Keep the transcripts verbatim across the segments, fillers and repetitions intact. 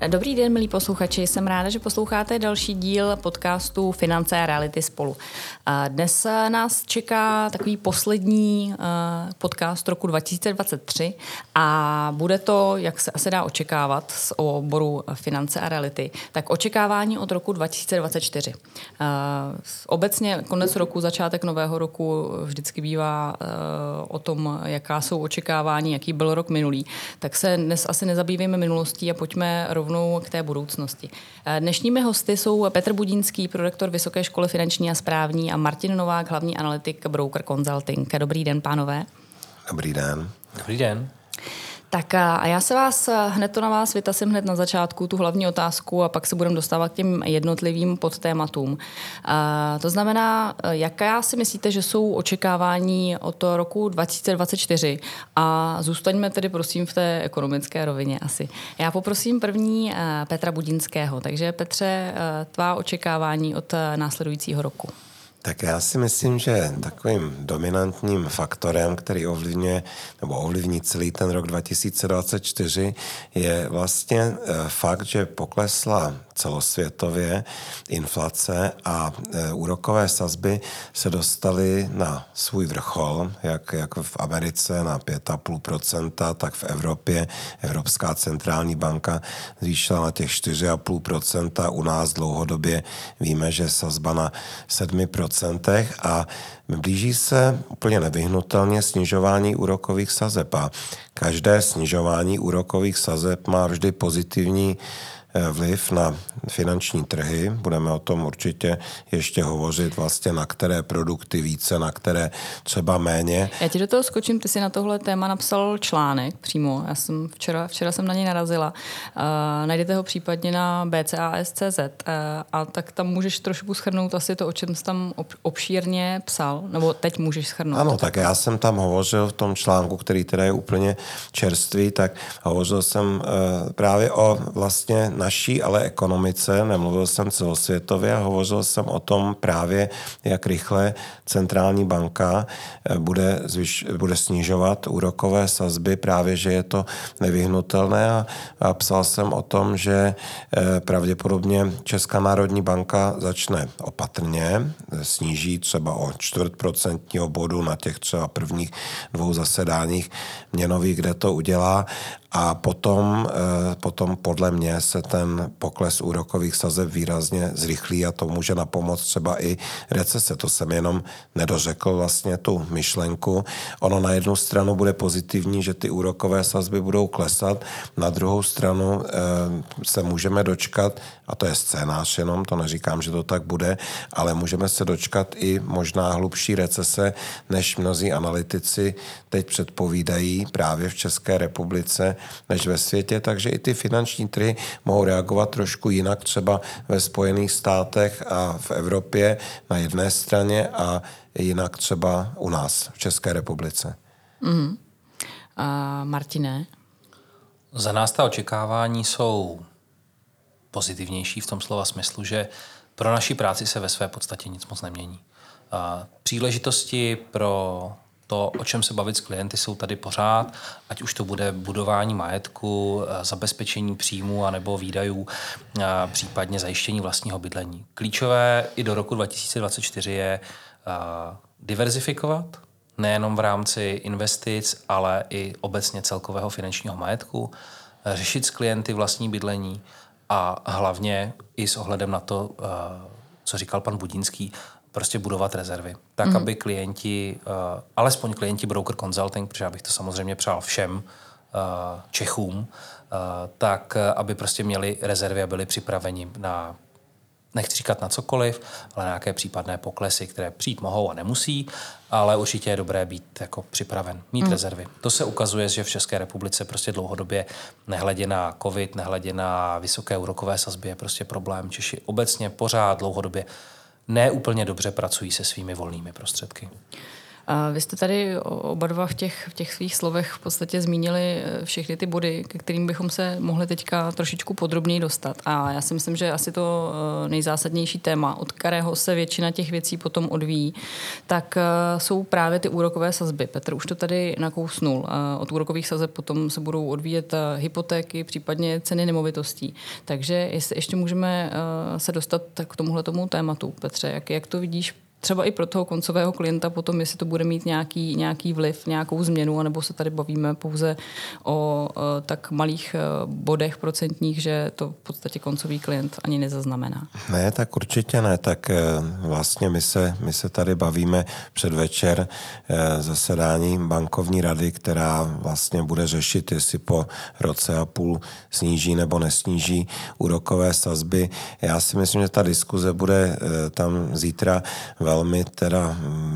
Dobrý den, milí posluchači. Jsem ráda, že posloucháte další díl podcastu Finance a reality spolu. Dnes nás čeká takový poslední podcast roku dva tisíce dvacet tři a bude to, jak se asi dá očekávat z oboru Finance a reality, tak očekávání od roku dva tisíce dvacet čtyři. Obecně konec roku, začátek nového roku vždycky bývá o tom, jaká jsou očekávání, jaký byl rok minulý. Tak se dnes asi nezabývejme minulostí a pojďme rovnou k té budoucnosti. Dnešními hosty jsou Petr Budínský, prorektor Vysoké školy finanční a správní a Martin Novák, hlavní analytik Broker Consulting. Dobrý den, pánové. Dobrý den. Dobrý den. Tak a já se vás hned to na vás vytasím hned na začátku, tu hlavní otázku a pak se budeme dostávat k těm jednotlivým podtématům. A to znamená, jaká si myslíte, že jsou očekávání od roku dva tisíce dvacet čtyři a zůstaňme tedy prosím v té ekonomické rovině asi. Já poprosím první Petra Budínského, takže Petře, tvá očekávání od následujícího roku. Tak já si myslím, že takovým dominantním faktorem, který ovlivňuje nebo ovlivní celý ten rok dva tisíce dvacet čtyři, je vlastně fakt, že poklesla celosvětově inflace a úrokové sazby se dostaly na svůj vrchol, jak, jak v Americe na pět a půl procenta, tak v Evropě. Evropská centrální banka zvýšila na těch čtyři a půl procenta. U nás dlouhodobě víme, že sazba na sedm procent a blíží se úplně nevyhnutelně snižování úrokových sazeb a každé snižování úrokových sazeb má vždy pozitivní vliv na finanční trhy. Budeme o tom určitě ještě hovořit vlastně na které produkty více, na které třeba méně. Já ti do toho skočím, ty si na tohle téma napsal článek přímo. Já jsem včera, včera jsem na něj narazila. Uh, najdete ho případně na b c a s tečka c z uh, a tak tam můžeš trošku shrnout asi to, o čem jsi tam ob, obšírně psal, nebo teď můžeš shrnout. Ano, tak já jsem tam hovořil v tom článku, který teda je úplně čerstvý, tak hovořil jsem uh, právě o vlastně naší, ale ekonomice, nemluvil jsem celosvětově a hovořil jsem o tom právě, jak rychle centrální banka bude, zvyš, bude snižovat úrokové sazby, právě, že je to nevyhnutelné a, a psal jsem o tom, že eh, pravděpodobně Česká národní banka začne opatrně, sníží třeba o čtvrt procentního bodu na těch třeba prvních dvou zasedáních měnových, kde to udělá. A potom, potom podle mě se ten pokles úrokových sazeb výrazně zrychlí a to může napomoct třeba i recese. To jsem jenom nedořekl vlastně tu myšlenku. Ono na jednu stranu bude pozitivní, že ty úrokové sazby budou klesat, na druhou stranu se můžeme dočkat, a to je scénář jenom, to neříkám, že to tak bude, ale můžeme se dočkat i možná hlubší recese, než mnozí analytici teď předpovídají právě v České republice, než ve světě, takže i ty finanční trhy mohou reagovat trošku jinak třeba ve Spojených státech a v Evropě na jedné straně a jinak třeba u nás v České republice. Mm. A Martine? Za nás ta očekávání jsou pozitivnější v tom slova smyslu, že pro naši práci se ve své podstatě nic moc nemění. A příležitosti pro to, o čem se bavit s klienty, jsou tady pořád, ať už to bude budování majetku, zabezpečení příjmů anebo výdajů, případně zajištění vlastního bydlení. Klíčové i do roku dva tisíce dvacet čtyři je diverzifikovat, nejenom v rámci investic, ale i obecně celkového finančního majetku, řešit s klienty vlastní bydlení a hlavně i s ohledem na to, co říkal pan Budínský, prostě budovat rezervy. Tak, mm. aby klienti, uh, alespoň klienti Broker Consulting, protože já bych to samozřejmě přál všem uh, Čechům, uh, tak uh, aby prostě měli rezervy a byli připraveni na, nechci říkat na cokoliv, ale na nějaké případné poklesy, které přijít mohou a nemusí, ale určitě je dobré být jako připraven, mít mm. rezervy. To se ukazuje, že v České republice prostě dlouhodobě nehledě na covid, nehledě na vysoké úrokové sazby je prostě problém. Češi obecně pořád dlouhodobě ne úplně dobře pracují se svými volnými prostředky. Vy jste tady oba dva v těch, v těch svých slovech v podstatě zmínili všechny ty body, ke kterým bychom se mohli teďka trošičku podrobněji dostat. A já si myslím, že asi to nejzásadnější téma, od kterého se většina těch věcí potom odvíjí, tak jsou právě ty úrokové sazby. Petr už to tady nakousnul. Od úrokových sazeb potom se budou odvíjet hypotéky, případně ceny nemovitostí. Takže jestli ještě můžeme se dostat k tomuhletomu tématu. Petře, jak, jak to vidíš třeba i pro toho koncového klienta potom, jestli to bude mít nějaký, nějaký vliv, nějakou změnu, anebo se tady bavíme pouze o, o tak malých bodech procentních, že to v podstatě koncový klient ani nezaznamená. Ne, tak určitě ne. Tak vlastně my se, my se tady bavíme předvečer zasedání bankovní rady, která vlastně bude řešit, jestli po roce a půl sníží nebo nesníží úrokové sazby. Já si myslím, že ta diskuze bude tam zítra velmi teda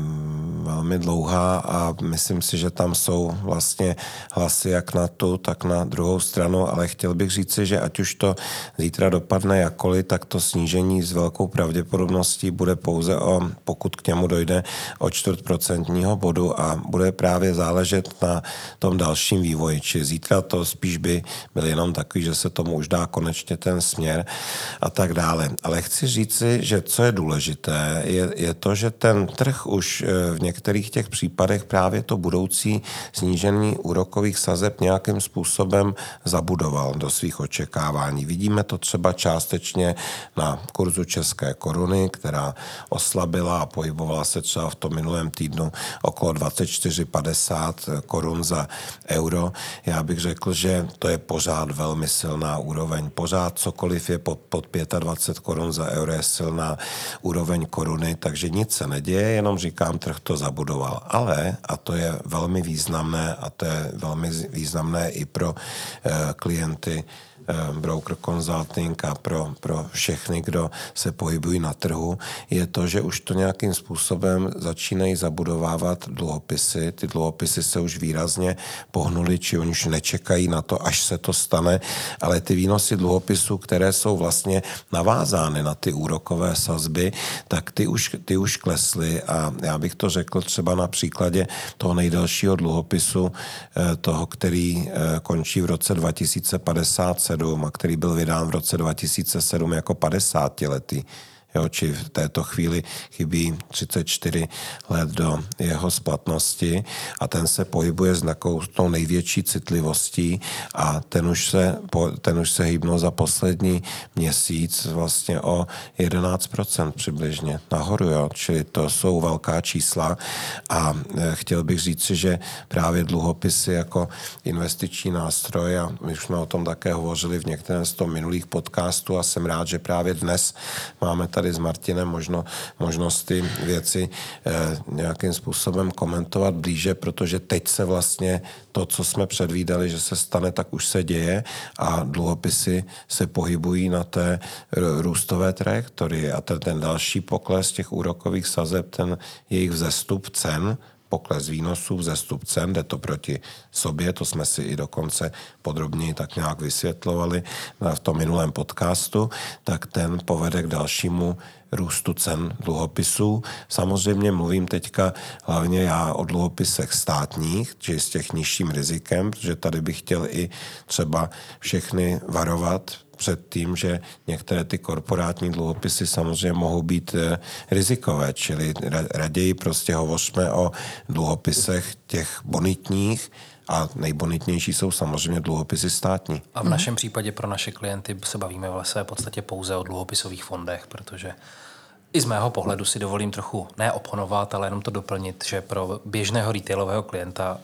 velmi dlouhá a myslím si, že tam jsou vlastně hlasy jak na tu, tak na druhou stranu, ale chtěl bych říci, že ať už to zítra dopadne jakkoliv, tak to snížení s velkou pravděpodobností bude pouze o, pokud k němu dojde, o čtvrt procentního bodu a bude právě záležet na tom dalším vývoji. Či zítra to spíš by byl jenom takový, že se tomu už dá konečně ten směr a tak dále. Ale chci říci, že co je důležité, je, je to, že ten trh už v některých těch případech právě to budoucí snížení úrokových sazeb nějakým způsobem zabudoval do svých očekávání. Vidíme to třeba částečně na kurzu české koruny, která oslabila a pohybovala se třeba v tom minulém týdnu okolo dvacet čtyři padesát korun za euro. Já bych řekl, že to je pořád velmi silná úroveň. Pořád cokoliv je pod, pod dvacet pět korun za euro je silná úroveň koruny, takže nic se neděje, jenom říkám, trh to zabudoval. Ale, a to je velmi významné, a to je velmi významné i pro eh, klienty broker consulting a pro, pro všechny, kdo se pohybují na trhu, je to, že už to nějakým způsobem začínají zabudovávat dluhopisy. Ty dluhopisy se už výrazně pohnuly, či oni už nečekají na to, až se to stane, ale ty výnosy dluhopisů, které jsou vlastně navázány na ty úrokové sazby, tak ty už, ty už klesly a já bych to řekl třeba na příkladě toho nejdelšího dluhopisu, toho, který končí v roce dva tisíce padesát sedm a který byl vydán v roce dva tisíce sedm jako padesátiletý. Jo, či v této chvíli chybí třicet čtyři let do jeho splatnosti a ten se pohybuje s takovou největší citlivostí a ten už se, ten už se hýbnul za poslední měsíc vlastně o jedenáct procent přibližně nahoru, jo, čili to jsou velká čísla a chtěl bych říct si, že právě dluhopisy jako investiční nástroj a my už jsme o tom také hovořili v některém z toho minulých podcastů a jsem rád, že právě dnes máme tady s Martinem možno, možnost ty věci eh, nějakým způsobem komentovat blíže, protože teď se vlastně to, co jsme předvídali, že se stane, tak už se děje a dluhopisy se pohybují na té růstové trajektorii a ten, ten další pokles těch úrokových sazeb, ten jejich vzestup cen, pokles výnosů, vzestup cen, jde to proti sobě, to jsme si i dokonce podrobněji tak nějak vysvětlovali v tom minulém podcastu, tak ten povede k dalšímu růstu cen dluhopisů. Samozřejmě mluvím teďka hlavně já o dluhopisech státních, či s těch nižším rizikem, protože tady bych chtěl i třeba všechny varovat před tím, že některé ty korporátní dluhopisy samozřejmě mohou být rizikové, čili raději prostě hovořme o dluhopisech těch bonitních a nejbonitnější jsou samozřejmě dluhopisy státní. A v našem případě pro naše klienty se bavíme v své podstatě pouze o dluhopisových fondech, protože i z mého pohledu si dovolím trochu ne oponovat, ale jenom to doplnit, že pro běžného retailového klienta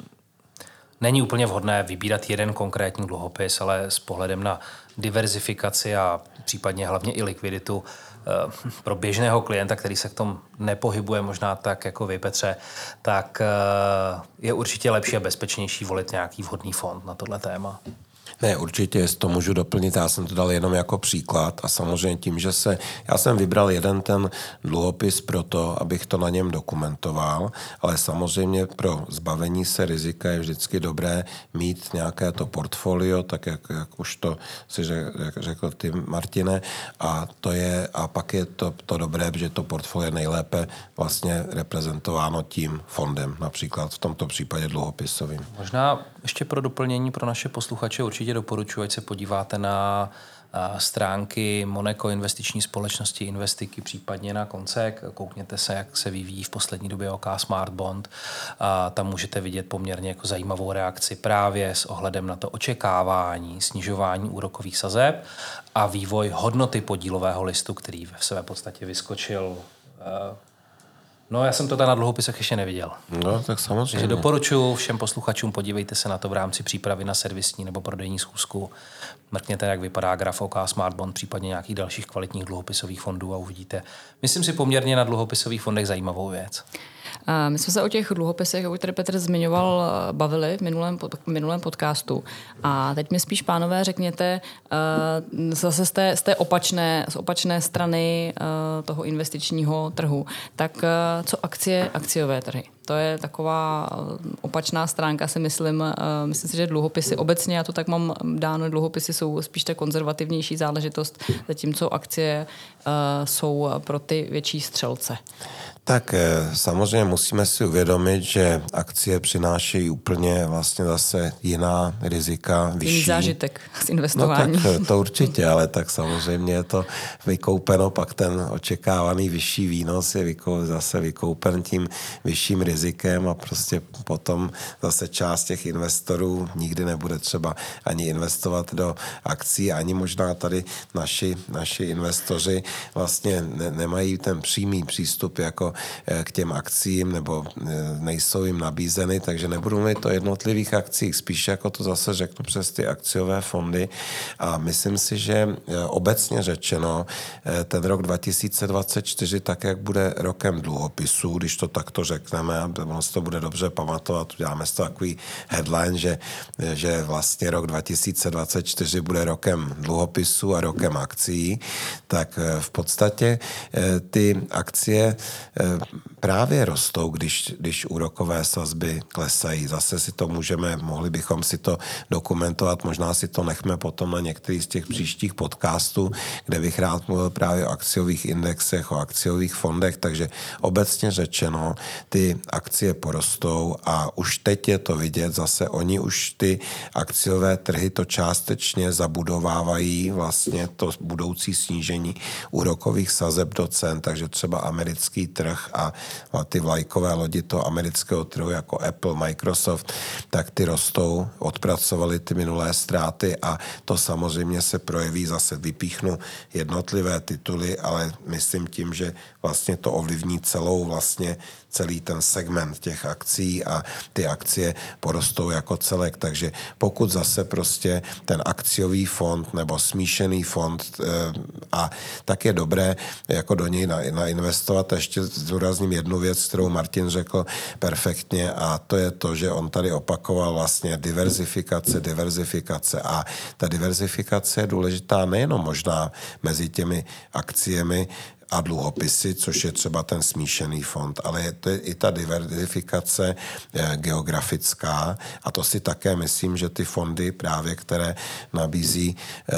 není úplně vhodné vybírat jeden konkrétní dluhopis, ale s pohledem na diverzifikaci a případně hlavně i likviditu pro běžného klienta, který se k tomu nepohybuje možná tak jako vy, Petře, tak je určitě lepší a bezpečnější volit nějaký vhodný fond na tohle téma. Ne, určitě, jestli to můžu doplnit, já jsem to dal jenom jako příklad a samozřejmě tím, že se, já jsem vybral jeden ten dluhopis proto, abych to na něm dokumentoval, ale samozřejmě pro zbavení se rizika je vždycky dobré mít nějaké to portfolio, tak jak, jak už to si řekl ty, Martine, a to je, a pak je to, to dobré, že to portfolio je nejlépe vlastně reprezentováno tím fondem, například v tomto případě dluhopisovým. Možná ještě pro doplnění pro naše posluchače určitě doporučuji, ať se podíváte na stránky Moneco investiční společnosti Investiky, případně na Koncek. Koukněte se, jak se vyvíjí v poslední době O K Smart Bond. A tam můžete vidět poměrně jako zajímavou reakci právě s ohledem na to očekávání, snižování úrokových sazeb a vývoj hodnoty podílového listu, který v své podstatě vyskočil. No, já jsem to tady na dluhopisech ještě neviděl. No, tak samozřejmě. Takže doporučuji všem posluchačům, podívejte se na to v rámci přípravy na servisní nebo prodejní schůzku. Mrkněte, jak vypadá graf O K Smart Bond, případně nějakých dalších kvalitních dluhopisových fondů a uvidíte, myslím si, poměrně na dluhopisových fondech zajímavou věc. My jsme se o těch dluhopisech, jak už tady Petr zmiňoval, bavili v minulém, pod, v minulém podcastu. A teď mi spíš, pánové, řekněte zase z té, z té opačné, z opačné strany toho investičního trhu. Tak co akcie, akciové trhy? To je taková opačná stránka, si myslím. Myslím si, že dluhopisy obecně, já to tak mám dáno, dluhopisy jsou spíš ta konzervativnější záležitost, zatímco akcie jsou pro ty větší střelce. Tak samozřejmě musíme si uvědomit, že akcie přinášejí úplně vlastně zase jiná rizika, vyšší. Jiný zážitek z investování. No tak to určitě, ale tak samozřejmě je to vykoupeno, pak ten očekávaný vyšší výnos je vykou, zase vykoupen tím vyšším rizikem a prostě potom zase část těch investorů nikdy nebude třeba ani investovat do akcí, ani možná tady naši, naši investoři vlastně ne, nemají ten přímý přístup jako k těm akcím nebo nejsou jim nabízeny, takže nebudu mluvit o jednotlivých akcích, spíš jako to zase řeknu přes ty akciové fondy a myslím si, že obecně řečeno ten rok dva tisíce dvacet čtyři tak, jak bude rokem dluhopisů, když to takto řekneme, a ono se to bude dobře pamatovat, uděláme si to takový headline, že, že vlastně rok dva tisíce dvacet čtyři bude rokem dluhopisů a rokem akcií, tak v podstatě ty akcie právě rostou, když, když úrokové sazby klesají. Zase si to můžeme, mohli bychom si to dokumentovat, možná si to nechme potom na některých z těch příštích podcastů, kde bych rád mluvil právě o akciových indexech, o akciových fondech, takže obecně řečeno, ty akcie porostou a už teď je to vidět, zase oni už ty akciové trhy to částečně zabudovávají vlastně to budoucí snížení úrokových sazeb do cen, takže třeba americký trh a ty vlajkové lodi toho amerického trhu jako Apple, Microsoft, tak ty rostou, odpracovali ty minulé ztráty a to samozřejmě se projeví, zase vypíchnu jednotlivé tituly, ale myslím tím, že vlastně to ovlivní celou vlastně celý ten segment těch akcí a ty akcie porostou jako celek. Takže pokud zase prostě ten akciový fond nebo smíšený fond a tak je dobré jako do něj nainvestovat. A ještě zdůrazním jednu věc, kterou Martin řekl perfektně a to je to, že on tady opakoval vlastně diverzifikace, diverzifikace a ta diverzifikace je důležitá nejenom možná mezi těmi akciemi a dluhopisy, což je třeba ten smíšený fond, ale je to i ta diverzifikace geografická a to si také myslím, že ty fondy právě, které nabízí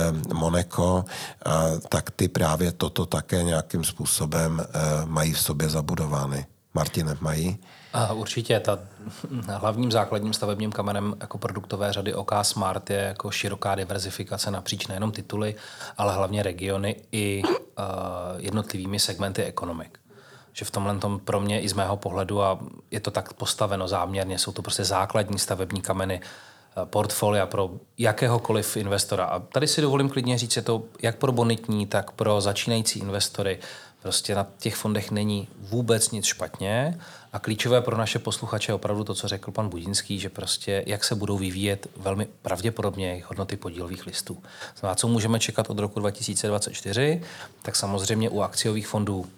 Moneco, tak ty právě toto také nějakým způsobem mají v sobě zabudovány. Martine, mají? A určitě. Ta hlavním základním stavebním kamenem jako produktové řady O K Smart je jako široká diverzifikace napříč nejenom tituly, ale hlavně regiony i uh, jednotlivými segmenty ekonomik. Že v tomhle tom pro mě i z mého pohledu, a je to tak postaveno záměrně, jsou to prostě základní stavební kameny portfolia pro jakéhokoliv investora. A tady si dovolím klidně říct, je to jak pro bonitní, tak pro začínající investory. Prostě na těch fondech není vůbec nic špatně a klíčové pro naše posluchače je opravdu to, co řekl pan Budinský, že prostě jak se budou vyvíjet velmi pravděpodobně hodnoty podílových listů. Znamená, co můžeme čekat od roku dva tisíce dvacet čtyři, tak samozřejmě u akciových fondů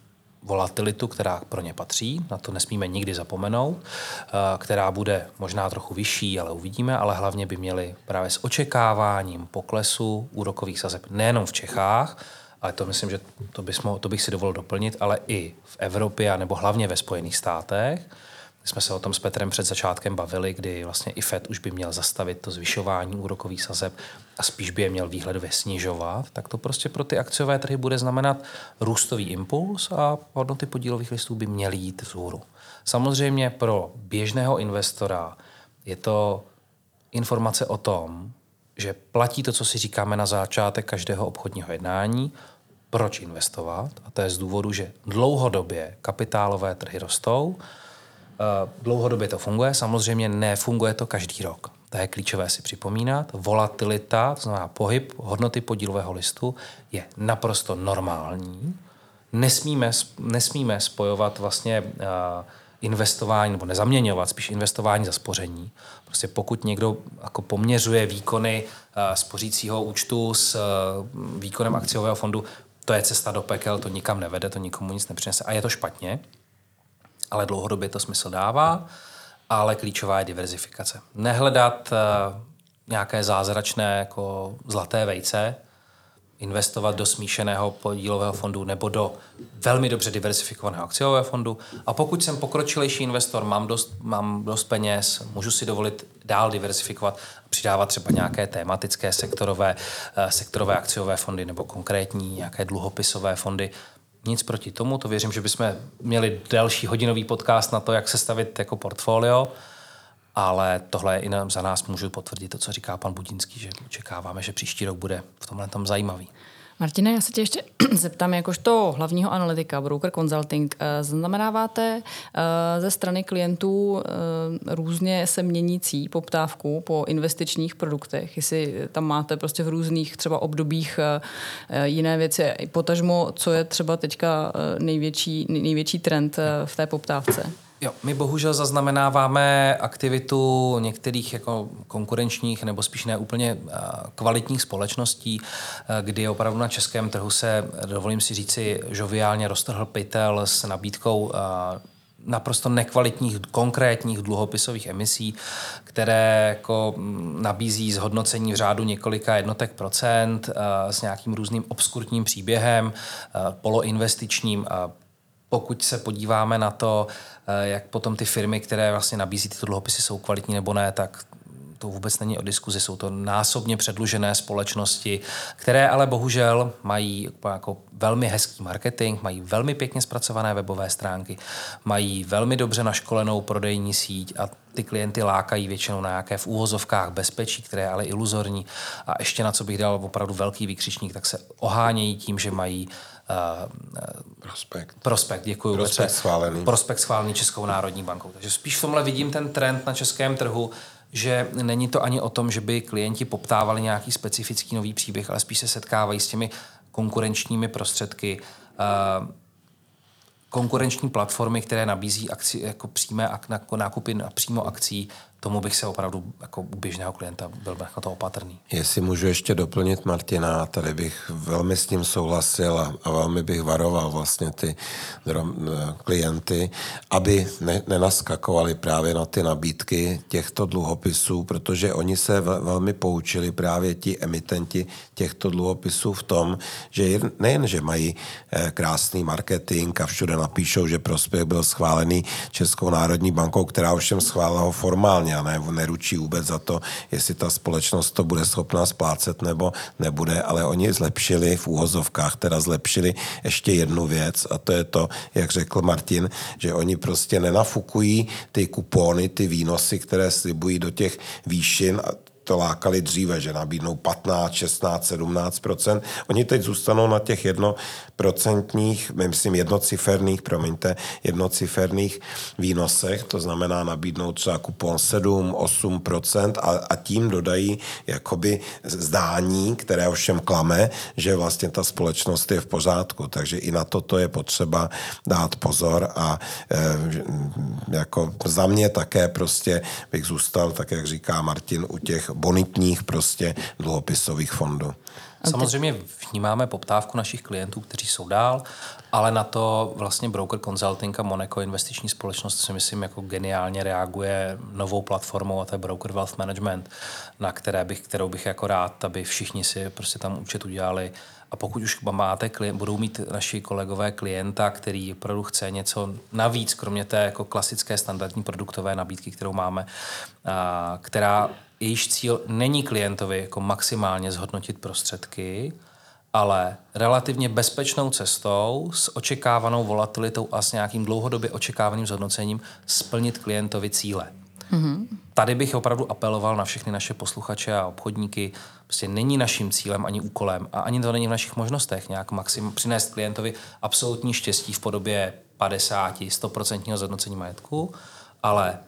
volatilitu, která pro ně patří, na to nesmíme nikdy zapomenout, která bude možná trochu vyšší, ale uvidíme, ale hlavně by měli právě s očekáváním poklesu úrokových sazeb nejenom v Čechách, ale to myslím, že to, bysmo, to bych si dovolil doplnit, ale i v Evropě nebo hlavně ve Spojených státech. My jsme se o tom s Petrem před začátkem bavili, kdy vlastně i Fed už by měl zastavit to zvyšování úrokových sazeb a spíš by je měl výhledově snižovat, tak to prostě pro ty akciové trhy bude znamenat růstový impuls a hodnoty podílových listů by měly jít vzhůru. Samozřejmě pro běžného investora je to informace o tom, že platí to, co si říkáme na začátek každého obchodního jednání, proč investovat, a to je z důvodu, že dlouhodobě kapitálové trhy rostou, dlouhodobě to funguje, samozřejmě nefunguje to každý rok. To je klíčové si připomínat. Volatilita, to znamená pohyb hodnoty podílového listu, je naprosto normální. Nesmíme, nesmíme spojovat vlastně uh, investování, nebo nezaměňovat, spíš investování za spoření. Prostě pokud někdo jako poměřuje výkony uh, spořícího účtu s uh, výkonem akciového fondu, to je cesta do pekel, to nikam nevede, to nikomu nic nepřinese a je to špatně. Ale dlouhodobě to smysl dává, ale klíčová je diverzifikace. Nehledat uh, nějaké zázračné jako zlaté vejce, investovat do smíšeného podílového fondu nebo do velmi dobře diversifikovaného akciového fondu. A pokud jsem pokročilejší investor, mám dost, mám dost peněz, můžu si dovolit dál diversifikovat a přidávat třeba nějaké tematické sektorové, uh, sektorové akciové fondy nebo konkrétní nějaké dluhopisové fondy. Nic proti tomu, to věřím, že bychom měli další hodinový podcast na to, jak sestavit jako portfolio, ale tohle i za nás můžu potvrdit to, co říká pan Budínský, že očekáváme, že příští rok bude v tomhle tam zajímavý. Martine, já se tě ještě zeptám, jakožto hlavního analytika, broker consulting, znamenáváte ze strany klientů různě se měnící poptávku po investičních produktech, jestli tam máte prostě v různých třeba obdobích jiné věci, potažmo, co je třeba teďka největší, největší trend v té poptávce? Jo, my bohužel zaznamenáváme aktivitu některých jako konkurenčních nebo spíš ne úplně kvalitních společností, kdy opravdu na českém trhu se, dovolím si říci, žoviálně roztrhl pytel s nabídkou naprosto nekvalitních, konkrétních dluhopisových emisí, které jako nabízí zhodnocení v řádu několika jednotek procent s nějakým různým obskurním příběhem, poloinvestičním. Pokud se podíváme na to, jak potom ty firmy, které vlastně nabízí tyto dluhopisy, jsou kvalitní nebo ne, tak to vůbec není o diskuzi. Jsou to násobně předlužené společnosti, které ale bohužel mají jako velmi hezký marketing, mají velmi pěkně zpracované webové stránky, mají velmi dobře naškolenou prodejní síť a ty klienty lákají většinou na nějaké v úvozovkách bezpečí, které je ale iluzorní. A ještě na co bych dal opravdu velký vykřičník, tak se ohánějí tím, že mají Uh, prospekt. Prospekt, děkuji. Prospekt schválený. Prospekt schválený Českou národní bankou. Takže spíš v tomhle vidím ten trend na českém trhu, že není to ani o tom, že by klienti poptávali nějaký specifický nový příběh, ale spíš se setkávají s těmi konkurenčními prostředky. Uh, konkurenční platformy, které nabízí akci, jako přímé ak- nákupy na přímo akcí, tomu bych se opravdu jako u běžného klienta byl na to opatrný. Jestli můžu ještě doplnit Martina, tady bych velmi s tím souhlasil a, a velmi bych varoval vlastně ty drom, klienty, aby ne, nenaskakovali právě na ty nabídky těchto dluhopisů, protože oni se ve, velmi poučili právě ti emitenti těchto dluhopisů v tom, že nejen, že mají eh, krásný marketing a všude napíšou, že prospěch byl schválený Českou národní bankou, která ovšem schválila ho formálně a ne, neručí vůbec za to, jestli ta společnost to bude schopná splácet nebo nebude, ale oni zlepšili v úhozovkách, teda zlepšili ještě jednu věc a to je to, jak řekl Martin, že oni prostě nenafukují ty kupóny, ty výnosy, které slibují do těch výšin a to lákali dříve, že nabídnou patnáct, šestnáct, sedmnáct procent. Oni teď zůstanou na těch jednoprocentních, myslím jednociferných, promiňte, jednociferných výnosech, to znamená nabídnou třeba kupon sedm, osm procent a, a tím dodají jakoby zdání, které ovšem klame, že vlastně ta společnost je v pořádku. Takže i na toto je potřeba dát pozor a e, jako za mě také prostě bych zůstal, tak jak říká Martin, u těch bonitních prostě dluhopisových fondů. Samozřejmě vnímáme poptávku našich klientů, kteří jsou dál, ale na to vlastně Broker Consulting a Monaco investiční společnost si myslím jako geniálně reaguje novou platformou, a to je Broker Wealth Management, na které bych, kterou bych jako rád, aby všichni si prostě tam účet udělali. A pokud už máte, budou mít naši kolegové klienta, který opravdu chce něco navíc, kromě té jako klasické standardní produktové nabídky, kterou máme, a která jejíž cíl není klientovi jako maximálně zhodnotit prostředky, ale relativně bezpečnou cestou s očekávanou volatilitou a s nějakým dlouhodobě očekávaným zhodnocením splnit klientovi cíle. Mm-hmm. Tady bych opravdu apeloval na všechny naše posluchače a obchodníky. Prostě není naším cílem ani úkolem a ani to není v našich možnostech nějak maximum přinést klientovi absolutní štěstí v podobě padesát, sto procent zhodnocení majetku, ale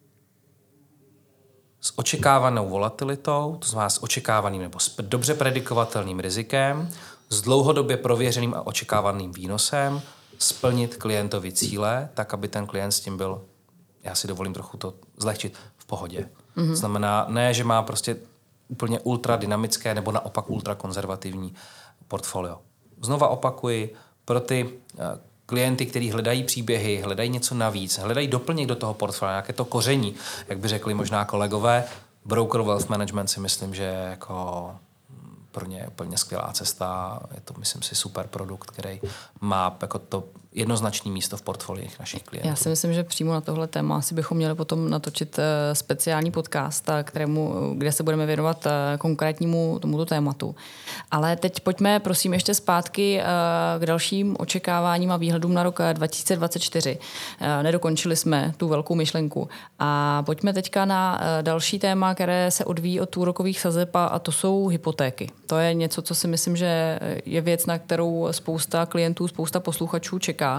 s očekávanou volatilitou, to znamená s očekávaným nebo s dobře predikovatelným rizikem, s dlouhodobě prověřeným a očekávaným výnosem, splnit klientovi cíle, tak, aby ten klient s tím byl, já si dovolím trochu to zlehčit, v pohodě. Mm-hmm. Znamená, ne, že má prostě úplně ultradynamické nebo naopak ultrakonzervativní portfolio. Znova opakuji, pro ty klienty, kteří hledají příběhy, hledají něco navíc, hledají doplněk do toho portfolia, nějaké to koření, jak by řekli možná kolegové, Broker Wealth Management si myslím, že je jako pro ně úplně skvělá cesta. Je to, myslím si, super produkt, který má jako to jednoznačné místo v portfoliích našich klientů. Já si myslím, že přímo na tohle téma asi bychom měli potom natočit speciální podcast, kterému, kde se budeme věnovat konkrétnímu tomuto tématu. Ale teď pojďme, prosím, ještě zpátky k dalším očekáváním a výhledům na rok dva tisíce dvacet čtyři. Nedokončili jsme tu velkou myšlenku. A pojďme teďka na další téma, které se odvíjí od úrokových sazeb, a to jsou hypotéky. To je něco, co si myslím, že je věc, na kterou spousta klientů, spousta posluchačů čeká.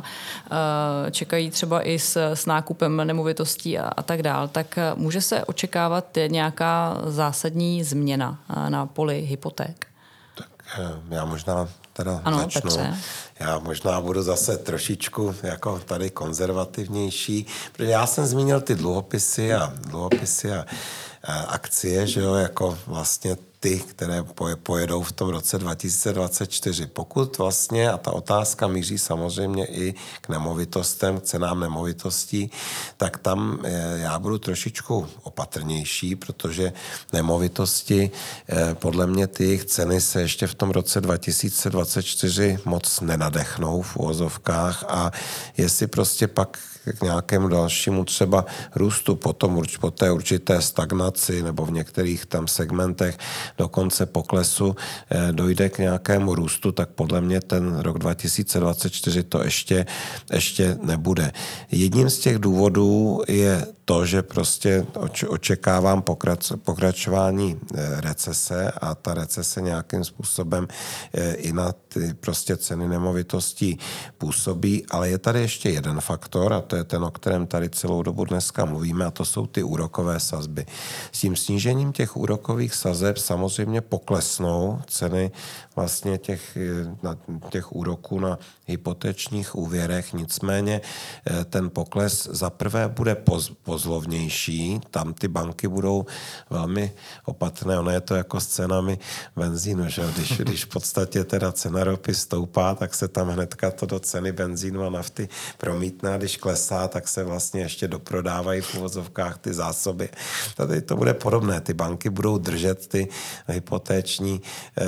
Čekají třeba i s, s nákupem nemovitostí a, a tak dál. Tak může se očekávat nějaká zásadní změna na poli hypoték? Tak já možná teda ano, začnu. Petře. Já možná budu zase trošičku jako tady konzervativnější, protože já jsem zmínil ty dluhopisy a dluhopisy a, a akcie, že jo, jako vlastně ty, které pojedou v tom roce dva tisíce dvacet čtyři. Pokud vlastně, a ta otázka míří samozřejmě i k nemovitostem, k cenám nemovitostí, tak tam já budu trošičku opatrnější, protože nemovitosti, podle mě ty jejich ceny se ještě v tom roce dva tisíce dvacet čtyři moc nenadechnou v uvozovkách a jestli prostě pak k nějakému dalšímu třeba růstu, potom po té určité stagnaci nebo v některých tam segmentech dokonce poklesu dojde k nějakému růstu, tak podle mě ten rok dva tisíce dvacet čtyři to ještě, ještě nebude. Jedním z těch důvodů je to, že prostě očekávám pokrač, pokračování recese a ta recese nějakým způsobem i na ty prostě ceny nemovitostí působí, ale je tady ještě jeden faktor a to je ten, o kterém tady celou dobu dneska mluvíme, a to jsou ty úrokové sazby. S tím snížením těch úrokových sazeb samozřejmě poklesnou ceny vlastně těch, těch úroků na hypotečních úvěrech, nicméně ten pokles zaprvé bude poz, pozlovnější, tam ty banky budou velmi opatrné, ono je to jako s cenami benzínu, že když, když v podstatě teda cena ropy stoupá, tak se tam hnedka to do ceny benzínu a nafty promítne, a když klesá, tak se vlastně ještě doprodávají v uvozovkách ty zásoby. Tady to bude podobné, ty banky budou držet ty hypotéční,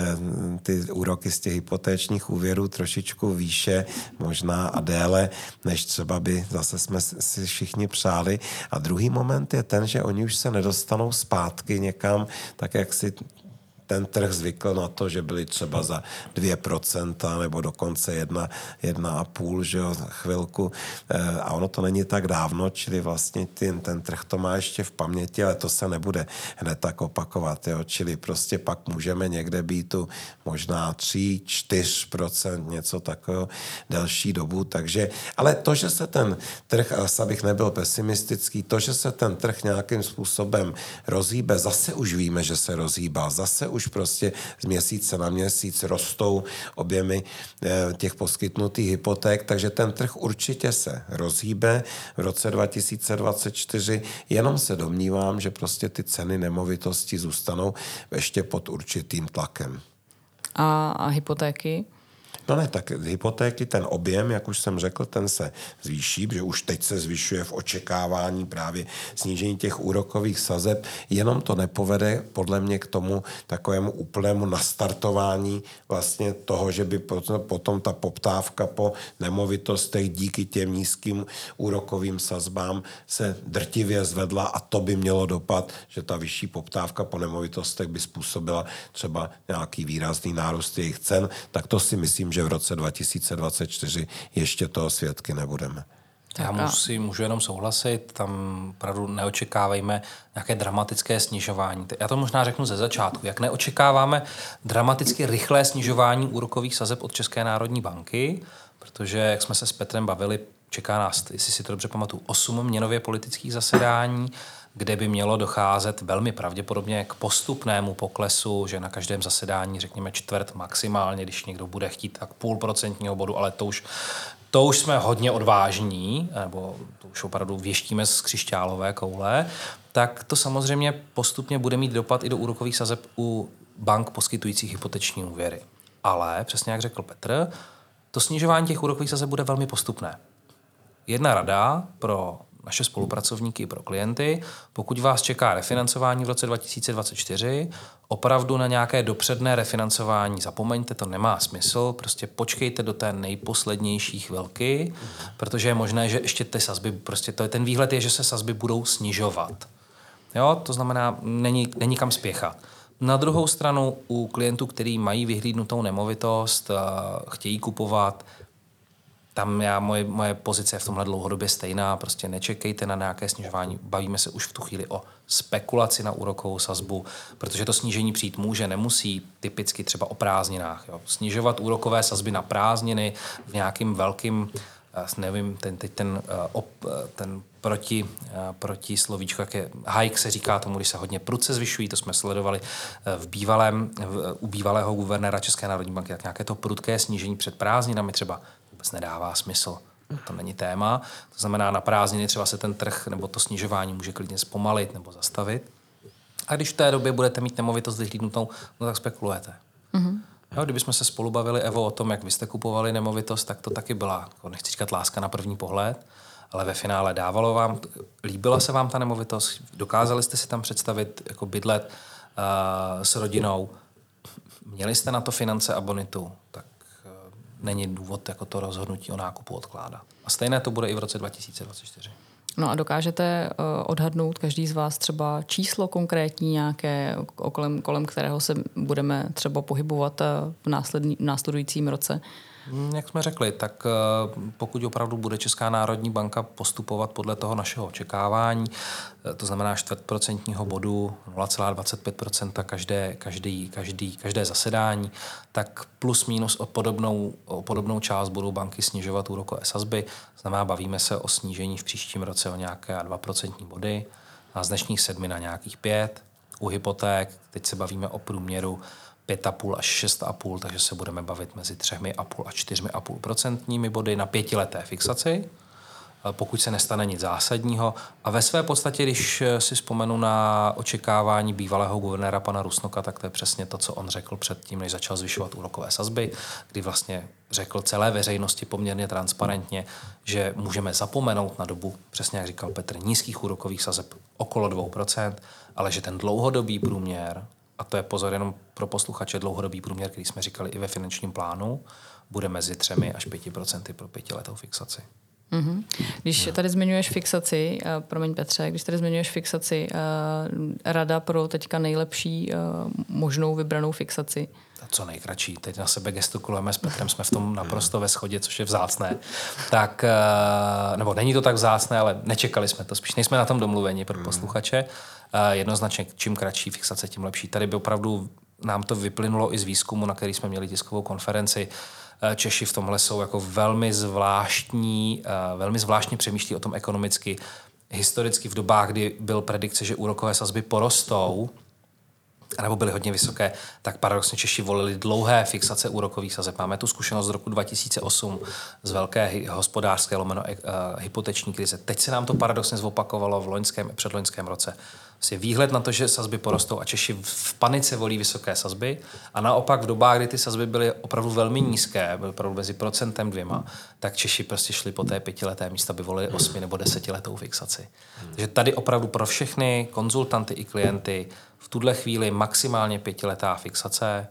ty úroky z těch hypotéčních úvěrů trošičku výše, možná a déle, než třeba by zase jsme si všichni přáli. A druhý moment je ten, že oni už se nedostanou zpátky někam, tak jak si ten trh zvykl na to, že byly třeba za dvě procenta nebo dokonce jedna, jedna a půl, že jo, chvilku. A ono to není tak dávno, čili vlastně ten, ten trh to má ještě v paměti, ale to se nebude hned tak opakovat, jo. Čili prostě pak můžeme někde být tu možná tři, čtyři procenta, něco takového delší dobu. Takže, ale to, že se ten trh, asi abych nebyl pesimistický, to, že se ten trh nějakým způsobem rozhýbe, zase už víme, že se rozhýbá, zase už už prostě z měsíce na měsíc rostou objemy těch poskytnutých hypoték, takže ten trh určitě se rozhýbe v roce dva tisíce dvacet čtyři, jenom se domnívám, že prostě ty ceny nemovitostí zůstanou ještě pod určitým tlakem. A, a hypotéky? No ne, tak hypotéky, ten objem, jak už jsem řekl, ten se zvýší, protože už teď se zvyšuje v očekávání právě snížení těch úrokových sazeb, jenom to nepovede podle mě k tomu takovému úplnému nastartování vlastně toho, že by potom ta poptávka po nemovitostech díky těm nízkým úrokovým sazbám se drtivě zvedla a to by mělo dopad, že ta vyšší poptávka po nemovitostech by způsobila třeba nějaký výrazný nárůst jejich cen, tak to si myslím, že v roce dva tisíce dvacet čtyři ještě toho svědky nebudeme. Já musí, můžu jenom souhlasit, tam opravdu neočekávejme nějaké dramatické snižování. Já to možná řeknu ze začátku. Jak neočekáváme dramaticky rychlé snižování úrokových sazeb od České národní banky, protože, jak jsme se s Petrem bavili, čeká nás, jestli si to dobře pamatuju, osm měnově politických zasedání, kde by mělo docházet velmi pravděpodobně k postupnému poklesu, že na každém zasedání, řekněme čtvrt maximálně, když někdo bude chtít, tak půl procentního bodu, ale to už, to už jsme hodně odvážní, nebo to už opravdu věštíme z křišťálové koule, tak to samozřejmě postupně bude mít dopad i do úrokových sazeb u bank poskytujících hypoteční úvěry. Ale, přesně jak řekl Petr, to snižování těch úrokových sazeb bude velmi postupné. Jedna rada pro naše spolupracovníky, pro klienty, pokud vás čeká refinancování v roce dva tisíce dvacet čtyři, opravdu na nějaké dopředné refinancování zapomeňte, to nemá smysl, prostě počkejte do té nejposlednější chvilky, protože je možné, že ještě ty sazby, prostě to je, ten výhled je, že se sazby budou snižovat. Jo, to znamená, není, není kam spěchat. Na druhou stranu u klientů, kteří mají vyhlídnutou nemovitost, chtějí kupovat, tam já, moje, moje pozice je v tomhle dlouhodobě stejná, prostě nečekejte na nějaké snižování. Bavíme se už v tu chvíli o spekulaci na úrokovou sazbu, protože to snížení přijít může, nemusí, typicky třeba o prázdninách. Jo. Snižovat úrokové sazby na prázdniny v nějakým velkým, nevím, ten, teď ten, ten proti, proti slovíčko, jak je hike se říká tomu, když se hodně prudce zvyšují, to jsme sledovali v bývalém, v, u bývalého guvernéra České národní banky, tak nějaké to prudké snížení před prázdninami třeba vůbec nedává smysl. To není téma. To znamená, na prázdniny třeba se ten trh nebo to snižování může klidně zpomalit nebo zastavit. A když v té době budete mít nemovitost vyhlídnutou, no tak spekulujete. Mm-hmm. Jo, kdybychom se spolu bavili, Evo, o tom, jak vy jste kupovali nemovitost, tak to taky byla, nechci říkat láska na první pohled, ale ve finále dávalo vám, líbila se vám ta nemovitost, dokázali jste si tam představit jako bydlet uh, s rodinou, měli jste na to finance a bonitu, tak není důvod jako to rozhodnutí o nákupu odkládat. A stejné to bude i v roce dva tisíce dvacet čtyři. No a dokážete uh, odhadnout každý z vás třeba číslo konkrétní nějaké, kolem, kolem kterého se budeme třeba pohybovat uh, v, následný, v následujícím roce? Jak jsme řekli, tak pokud opravdu bude Česká národní banka postupovat podle toho našeho očekávání, to znamená čtvrt procentního bodu, nula celá dvacet pět procenta každé, každý, každý, každé zasedání, tak plus minus o podobnou, o podobnou část budou banky snižovat úrokové sazby. Znamená, bavíme se o snížení v příštím roce o nějaké dva procentní body, a z dnešních sedmi na nějakých pět. U hypoték, teď se bavíme o průměru pět a půl až šest a půl, takže se budeme bavit mezi třemi a půl a čtyřmi a půl procentními body na pětileté fixaci, pokud se nestane nic zásadního. A ve své podstatě, když si vzpomenu na očekávání bývalého guvernéra pana Rusnoka, tak to je přesně to, co on řekl předtím, než začal zvyšovat úrokové sazby, kdy vlastně řekl celé veřejnosti poměrně transparentně, že můžeme zapomenout na dobu, přesně jak říkal Petr, nízkých úrokových sazeb okolo dvou procent, ale že ten dlouhodobý průměr, a to je pozor jenom pro posluchače, dlouhodobý průměr, který jsme říkali i ve finančním plánu, bude mezi třemi až pěti procenty pro pětiletou fixaci. Mm-hmm. Když tady zmiňuješ fixaci, uh, promiň Petře, když tady zmiňuješ fixaci, uh, rada pro teďka nejlepší uh, možnou vybranou fixaci. Co nejkratší. Teď na sebe gestikulujeme s Petrem, jsme v tom naprosto ve shodě, což je vzácné. Tak, uh, nebo není to tak vzácné, ale nečekali jsme to. Spíš nejsme na tom domluveni pro posluchače. Uh, jednoznačně, čím kratší fixace, tím lepší. Tady by opravdu nám to vyplynulo i z výzkumu, na který jsme měli tiskovou konferenci. Češi v tomhle jsou jako velmi zvláštní, velmi zvláštně přemýšlí o tom ekonomicky. Historicky v dobách, kdy byl predikce, že úrokové sazby porostou, nebo byly hodně vysoké, tak paradoxně Češi volili dlouhé fixace úrokových sazeb. Máme tu zkušenost z roku dva tisíce osm z velké hospodářské lomeno uh, hypoteční krize. Teď se nám to paradoxně zopakovalo v loňském i předloňském roce. Vlastně výhled na to, že sazby porostou a Češi v panice volí vysoké sazby a naopak v dobách, kdy ty sazby byly opravdu velmi nízké, byly opravdu mezi procentem dvěma, tak Češi prostě šli po té pětileté místo, aby volili osmi nebo desetiletou fixaci. Takže tady opravdu pro všechny konzultanty i klienty v tuhle chvíli maximálně pětiletá fixace,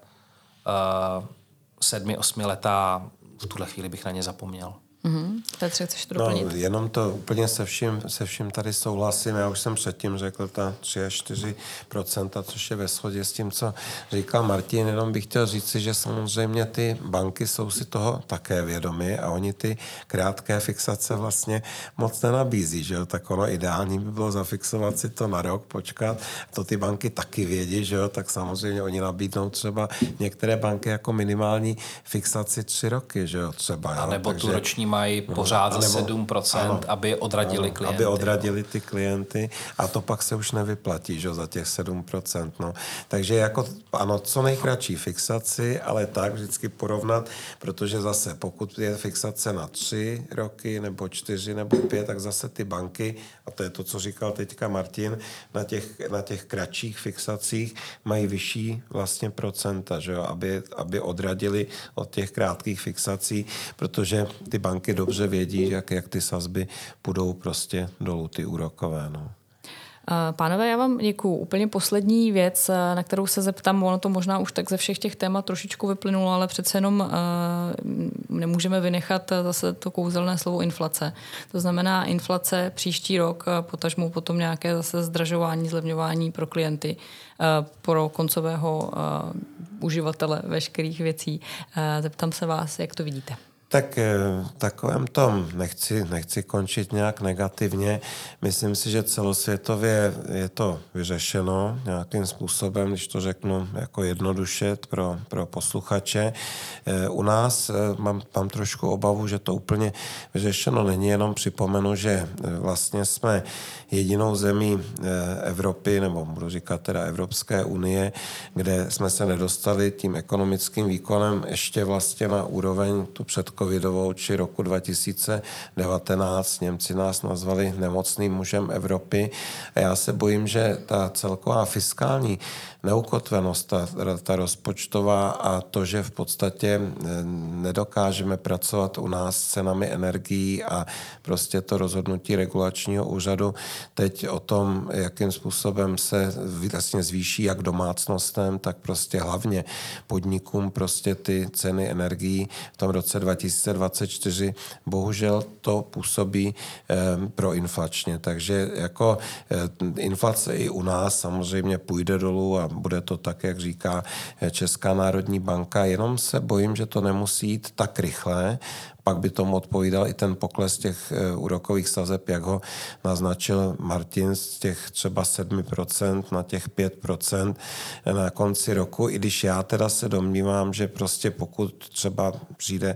uh, sedmi, osmiletá, v tuhle chvíli bych na ně zapomněl. Mm-hmm. Petře, chceš to doplnit? No, jenom to úplně se vším, se vším tady souhlasím. Já už jsem předtím řekl ta tři až čtyři procenta, což je ve shodě s tím, co říkal Martin. Jenom bych chtěl říct si, že samozřejmě ty banky jsou si toho také vědomy a oni ty krátké fixace vlastně moc nenabízí, že jo? Tak ono ideální by bylo zafixovat si to na rok, počkat. To ty banky taky vědí, že jo? Tak samozřejmě oni nabídnou třeba některé banky jako minimální fixaci tři roky, že jo? Třeba, jo? A nebo Takže tu roční mají pořád za sedm procent, ano, aby odradili ano, klienty. Aby odradili ty klienty a to pak se už nevyplatí, že, za těch sedm procent. No. Takže jako, ano, co nejkratší fixaci, ale tak vždycky porovnat, protože zase pokud je fixace na tři roky nebo čtyři nebo pět, tak zase ty banky, a to je to, co říkal teďka Martin, na těch, na těch kratších fixacích mají vyšší vlastně procenta, že jo, aby, aby odradili od těch krátkých fixací, protože ty banky dobře vědí, jak, jak ty sazby půjdou prostě dolů, ty úrokové. No. Pánové, já vám děkuju. Úplně poslední věc, na kterou se zeptám, ono to možná už tak ze všech těch témat trošičku vyplynulo, ale přece jenom uh, nemůžeme vynechat zase to kouzelné slovo inflace. To znamená inflace příští rok, potažmo potom nějaké zase zdražování, zlevňování pro klienty, uh, pro koncového uh, uživatele veškerých věcí. Uh, zeptám se vás, jak to vidíte. Tak takovém tom nechci, nechci končit nějak negativně. Myslím si, že celosvětově je to vyřešeno nějakým způsobem, když to řeknu jako jednoduše pro, pro posluchače. U nás mám, mám trošku obavu, že to úplně vyřešeno není, jenom připomenu, že vlastně jsme jedinou zemí Evropy, nebo budu říkat teda Evropské unie, kde jsme se nedostali tím ekonomickým výkonem ještě vlastně na úroveň tu před covidovou, či roku dva tisíce devatenáct. Němci nás nazvali nemocným mužem Evropy a já se bojím, že ta celková fiskální neukotvenost, ta, ta rozpočtová a to, že v podstatě nedokážeme pracovat u nás s cenami energií a prostě to rozhodnutí regulačního úřadu teď o tom, jakým způsobem se vlastně zvýší jak domácnostem, tak prostě hlavně podnikům prostě ty ceny energií v tom roce dva tisíce dvacet čtyři bohužel to působí eh, proinflačně. Takže jako eh, inflace i u nás samozřejmě půjde dolů a bude to tak, jak říká Česká národní banka, jenom se bojím, že to nemusí jít tak rychle, pak by tomu odpovídal i ten pokles těch úrokových sazeb, jak ho naznačil Martin, z těch třeba sedm procent na těch pět procent na konci roku, i když já teda se domnívám, že prostě pokud třeba přijde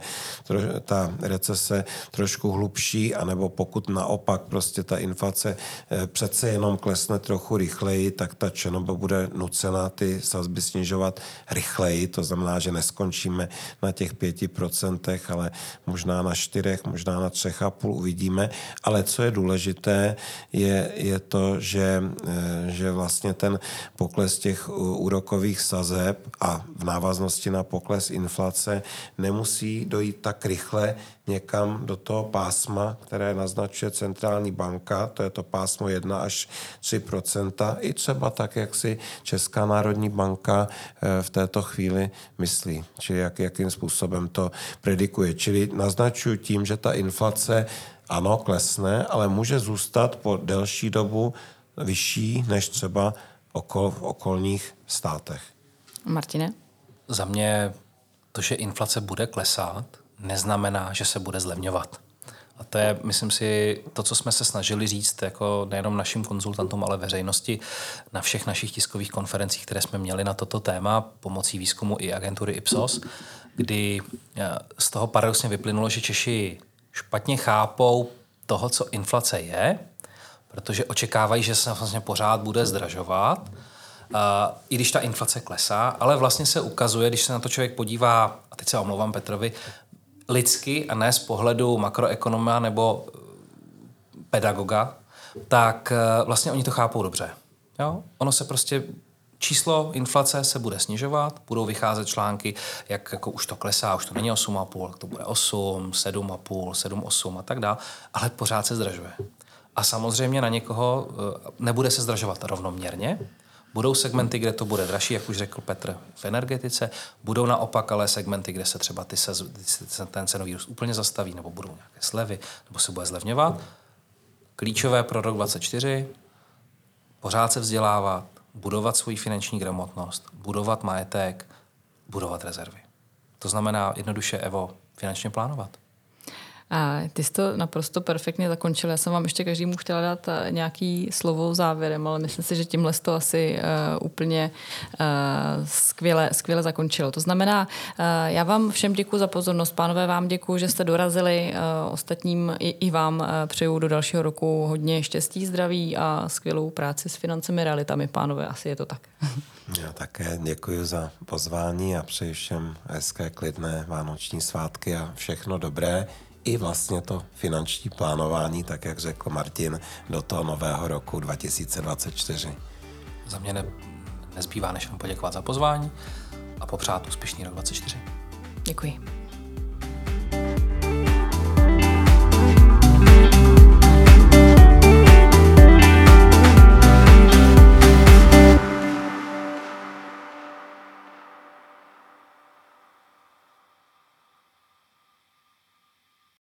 ta recese trošku hlubší, anebo pokud naopak prostě ta inflace přece jenom klesne trochu rychleji, tak ta ČNB bude nucena ty sazby snižovat rychleji, to znamená, že neskončíme na těch pěti procentech, ale možná na čtyřech, možná na třech a půl uvidíme, ale co je důležité, je, je to, že, že vlastně ten pokles těch úrokových sazeb a v návaznosti na pokles inflace nemusí dojít tak rychle někam do toho pásma, které naznačuje centrální banka, to je to pásmo jedna až tři procenta, i třeba tak, jak si Česká národní banka v této chvíli myslí, či jak, jakým způsobem to predikuje. Čili naznačuju tím, že ta inflace ano, klesne, ale může zůstat po delší dobu vyšší než třeba okol, v okolních státech. Martine? Za mě to, že inflace bude klesat, neznamená, že se bude zlevňovat. A to je, myslím si, to, co jsme se snažili říct jako nejenom našim konzultantům, ale veřejnosti na všech našich tiskových konferencích, které jsme měli na toto téma pomocí výzkumu i agentury Ipsos, kdy z toho paradoxně vyplynulo, že Češi špatně chápou toho, co inflace je, protože očekávají, že se vlastně pořád bude zdražovat uh, i když ta inflace klesá, ale vlastně se ukazuje, když se na to člověk podívá, a teď se omlouvám Petrovi, lidsky a ne z pohledu makroekonoma nebo pedagoga, tak uh, vlastně oni to chápou dobře. Jo? Ono se prostě číslo inflace se bude snižovat, budou vycházet články, jak jako už to klesá, už to není osm celá pět, to bude osm, sedm celá pět, sedm, osm a tak dále, ale pořád se zdražuje. A samozřejmě na někoho nebude se zdražovat rovnoměrně, budou segmenty, kde to bude dražší, jak už řekl Petr, v energetice, budou naopak ale segmenty, kde se třeba ty se, ten cenový růst úplně zastaví, nebo budou nějaké slevy, nebo se bude zlevňovat. Klíčové pro rok dvacet čtyři, pořád se vzdělávat, budovat svoji finanční gramotnost, budovat majetek, budovat rezervy. To znamená jednoduše, Evo, finančně plánovat. A ty jsi to naprosto perfektně zakončil. Já jsem vám ještě každému chtěla dát nějaký slovo závěrem, ale myslím si, že tímhle to asi uh, úplně uh, skvěle, skvěle zakončil. To znamená, uh, já vám všem děkuji za pozornost. Pánové, vám děkuji, že jste dorazili. Uh, ostatním i, i vám uh, přeju do dalšího roku hodně štěstí, zdraví a skvělou práci s financemi, realitami. Pánové, asi je to tak. Já také děkuji za pozvání a přeji všem hezké, klidné vánoční svátky a všechno dobré. I vlastně to finanční plánování, tak jak řekl Martin, do toho nového roku dva tisíce dvacet čtyři. Za mě ne, nezbývá než vám poděkovat za pozvání a popřát úspěšný rok dvacet čtyři. Děkuji.